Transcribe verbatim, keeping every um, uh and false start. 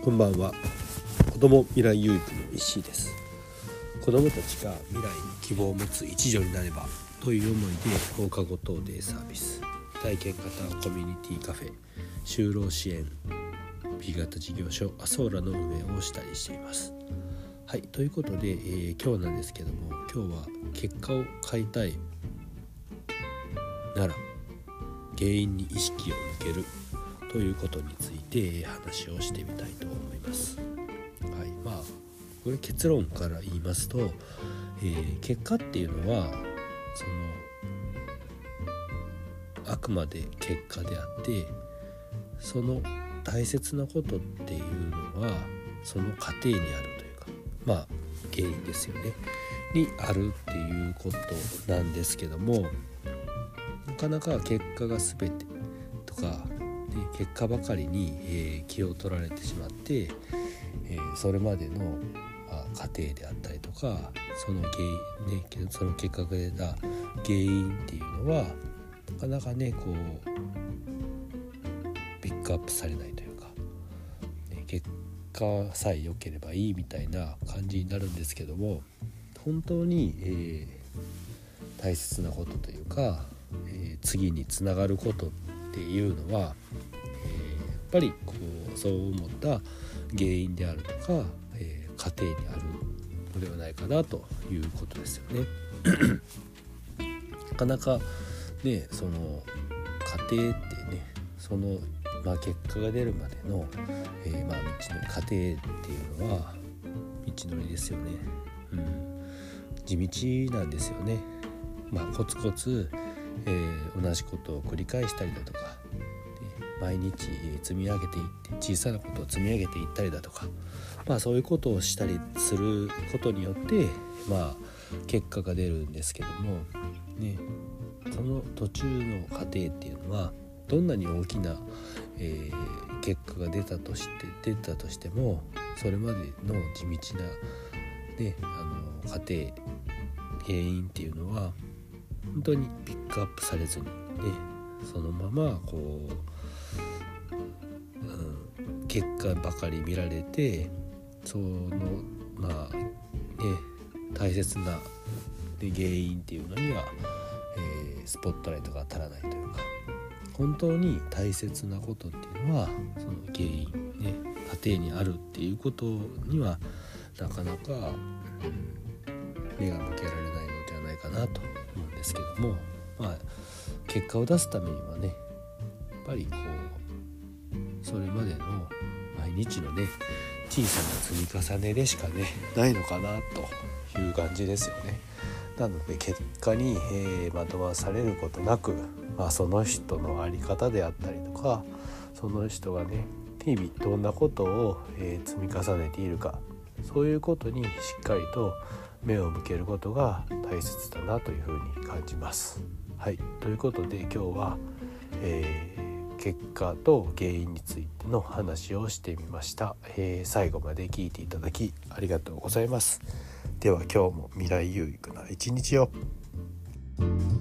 こんばんは。子ども未来有育の石井です。子どもたちが未来に希望を持つ一助になればという思いで放課後等デイサービス、体験型コミュニティカフェ、就労支援 B 型事業所アソーラの運営をしたりしています。はい、ということで、えー、今日なんですけども、今日は結果を変えたいなら原因に意識を向けるということについて話をしてみたいと思います。はい、まあこれ結論から言いますと、えー、結果っていうのはそのあくまで結果であって、その大切なことっていうのはその過程にあるというか、まあ原因ですよねにあるっていうことなんですけども、なかなか結果が全てとかで結果ばかりに、えー、気を取られてしまって、えー、それまでの、まあ、過程であったりとか、その原因、ね、その結果が出た原因っていうのはなかなかねこうピックアップされないというか、ね、結果さえ良ければいいみたいな感じになるんですけども、本当に、えー、大切なことというか、えー、次につながることっていうのは、えー、やっぱりこうそう思った原因であるとか、えー、過程にあるのではないかなということですよね。なかなかねその過程ってね、その、まあ、結果が出るまでの、えーまあ、道のり過程っていうのは道のりですよね。うん、地道なんですよね。まあ、コツコツえー、同じことを繰り返したりだとか、毎日積み上げていって小さなことを積み上げていったりだとか、まあそういうことをしたりすることによってまあ結果が出るんですけどもね、その途中の過程っていうのはどんなに大きな、えー、結果が出たとして出たとしても、それまでの地道な、ね、あの過程原因っていうのは本当にピックアップされずにね、そのままこう、うん、結果ばかり見られて、そのまあね大切な、ね、原因っていうのには、えー、スポットライトが当たらないというか、本当に大切なことっていうのはその原因ね、過程にあるっていうことにはなかなか、うん、目が向けられないのではないかなと思うんですけども、まあ結果を出すためにはね、やっぱりこうそれまでの毎日のね小さな積み重ねでしかねないのかなという感じですよね。なので結果に、えー、惑わされることなく、まあ、その人の在り方であったりとか、その人がね日々どんなことを、えー、積み重ねているか、そういうことにしっかりと目を向けることが大切だなというふうに感じます。はい、ということで今日は、えー、結果と原因についての話をしてみました。えー、最後まで聞いていただきありがとうございます。では今日も未来有益な一日を。